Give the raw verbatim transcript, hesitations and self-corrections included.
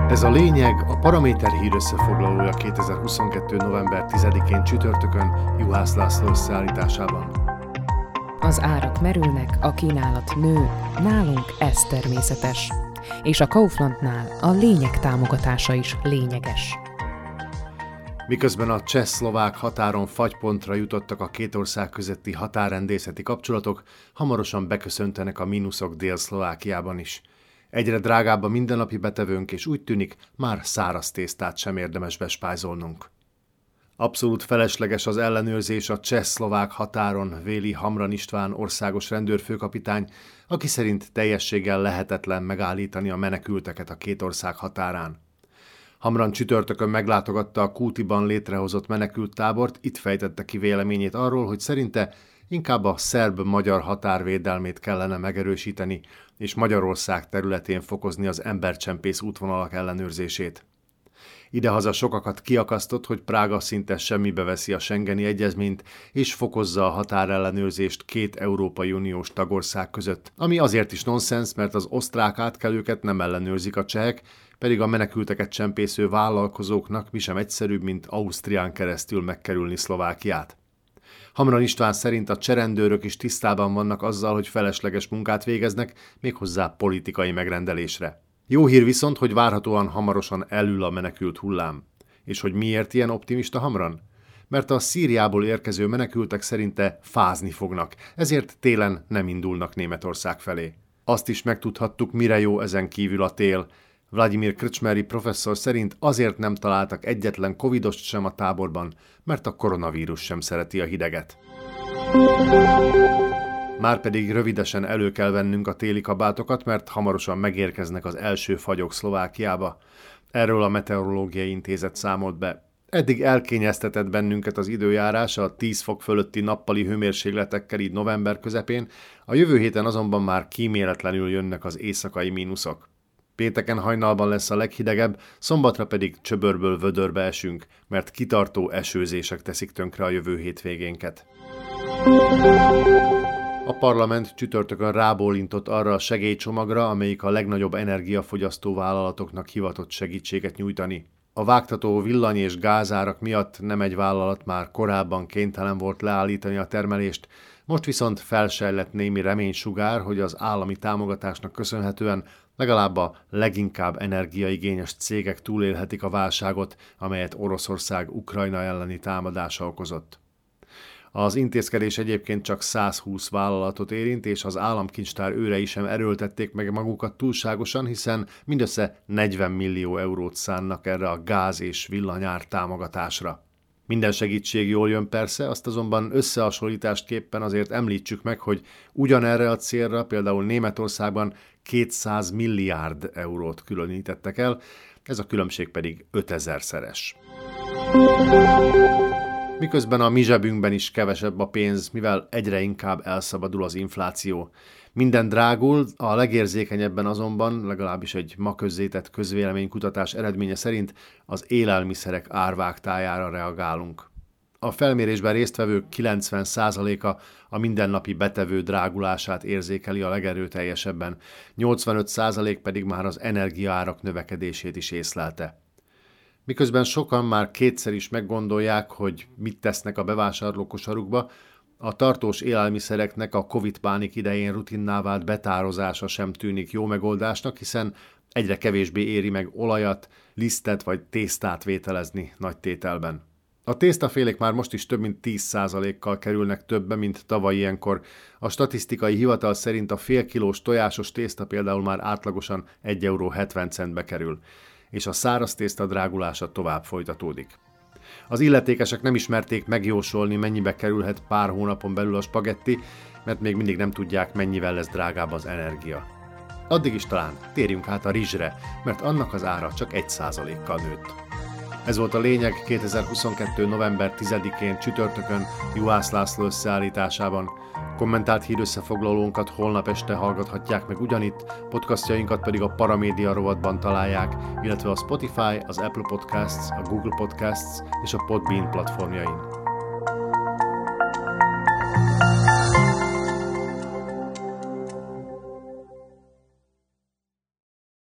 Ez a lényeg, a Paraméter hír összefoglalója kétezer-huszonkettő. november tizedikén csütörtökön Juhász László összeállításában. Az árak merülnek, a kínálat nő, nálunk ez természetes. És a Kauflandnál a lényeg támogatása is lényeges. Miközben a cseh-szlovák határon fagypontra jutottak a két ország közötti határrendészeti kapcsolatok, hamarosan beköszöntenek a mínuszok Dél-Szlovákiában is. Egyre drágább a mindennapi betevőnk, és úgy tűnik, már száraz tésztát sem érdemes bespájzolnunk. Abszolút felesleges az ellenőrzés a cseh-szlovák határon, véli Hamran István országos rendőrfőkapitány, aki szerint teljességgel lehetetlen megállítani a menekülteket a két ország határán. Hamran csütörtökön meglátogatta a Kútiban létrehozott menekülttábort, itt fejtette ki véleményét arról, hogy szerinte inkább a szerb-magyar határvédelmét kellene megerősíteni, és Magyarország területén fokozni az embercsempész útvonalak ellenőrzését. Idehaza sokakat kiakasztott, hogy Prága szinte semmibe veszi a schengeni egyezményt, és fokozza a határellenőrzést két Európai Uniós tagország között, ami azért is nonsens, mert az osztrák átkelőket nem ellenőrzik a csehek, pedig a menekülteket csempésző vállalkozóknak mi sem egyszerűbb, mint Ausztrián keresztül megkerülni Szlovákiát. Hamran István szerint a cserendőrök is tisztában vannak azzal, hogy felesleges munkát végeznek, méghozzá politikai megrendelésre. Jó hír viszont, hogy várhatóan hamarosan elül a menekült hullám. És hogy miért ilyen optimista Hamran? Mert a Szíriából érkező menekültek szerinte fázni fognak, ezért télen nem indulnak Németország felé. Azt is megtudhattuk, mire jó ezen kívül a tél. Vladimir Krčmery professzor szerint azért nem találtak egyetlen covidost sem a táborban, mert a koronavírus sem szereti a hideget. Márpedig rövidesen elő kell vennünk a téli kabátokat, mert hamarosan megérkeznek az első fagyok Szlovákiába. Erről a Meteorológiai Intézet számolt be. Eddig elkényeztetett bennünket az időjárás a tíz fok fölötti nappali hőmérsékletekkel így november közepén, a jövő héten azonban már kíméletlenül jönnek az éjszakai mínuszok. Pénteken hajnalban lesz a leghidegebb, szombatra pedig csöbörből vödörbe esünk, mert kitartó esőzések teszik tönkre a jövő hétvégénket. A parlament csütörtökön rábólintott arra a segélycsomagra, amelyik a legnagyobb energiafogyasztó vállalatoknak hivatott segítséget nyújtani. A vágtató villany- és gázárak miatt nem egy vállalat már korábban kénytelen volt leállítani a termelést, most viszont felsejlett némi reménysugár, hogy az állami támogatásnak köszönhetően legalább a leginkább energiaigényes cégek túlélhetik a válságot, amelyet Oroszország Ukrajna elleni támadása okozott. Az intézkedés egyébként csak százhúsz vállalatot érint, és az államkincstár őrei sem erőltették meg magukat túlságosan, hiszen mindössze negyven millió eurót szánnak erre a gáz- és villanyár támogatásra. Minden segítség jól jön persze, azt azonban összehasonlításképpen azért említsük meg, hogy ugyanerre a célra például Németországban kétszáz milliárd eurót különítettek el, ez a különbség pedig ötezerszeres. Miközben a mi zsebünkben is kevesebb a pénz, mivel egyre inkább elszabadul az infláció. Minden drágul, a legérzékenyebben azonban, legalábbis egy ma közzétett közvéleménykutatás eredménye szerint az élelmiszerek árvágtájára reagálunk. A felmérésben résztvevők kilencven százaléka a mindennapi betevő drágulását érzékeli a legerőteljesebben, nyolcvanöt százalék pedig már az energiaárak növekedését is észlelte. Miközben sokan már kétszer is meggondolják, hogy mit tesznek a bevásárlókosarukba, a tartós élelmiszereknek a Covid-pánik idején rutinná vált betározása sem tűnik jó megoldásnak, hiszen egyre kevésbé éri meg olajat, lisztet vagy tésztát vételezni nagy tételben. A tésztafélék már most is több mint tíz százalékkal kerülnek többe, mint tavaly ilyenkor. A statisztikai hivatal szerint a félkilós tojásos tészta például már átlagosan egy euró hetven centbe kerül, és a száraz tészta drágulása tovább folytatódik. Az illetékesek nem ismerték megjósolni, mennyibe kerülhet pár hónapon belül a spagetti, mert még mindig nem tudják, mennyivel lesz drágább az energia. Addig is talán térjünk át a rizsre, mert annak az ára csak egy százalékkal nőtt. Ez volt a lényeg kétezer-huszonkettő. november tizedikén csütörtökön Juhász László összeállításában. Kommentált hírösszefoglalónkat holnap este hallgathatják meg ugyanitt, podcastjainkat pedig a Paramédia rovatban találják, illetve a Spotify, az Apple Podcasts, a Google Podcasts és a Podbean platformjain.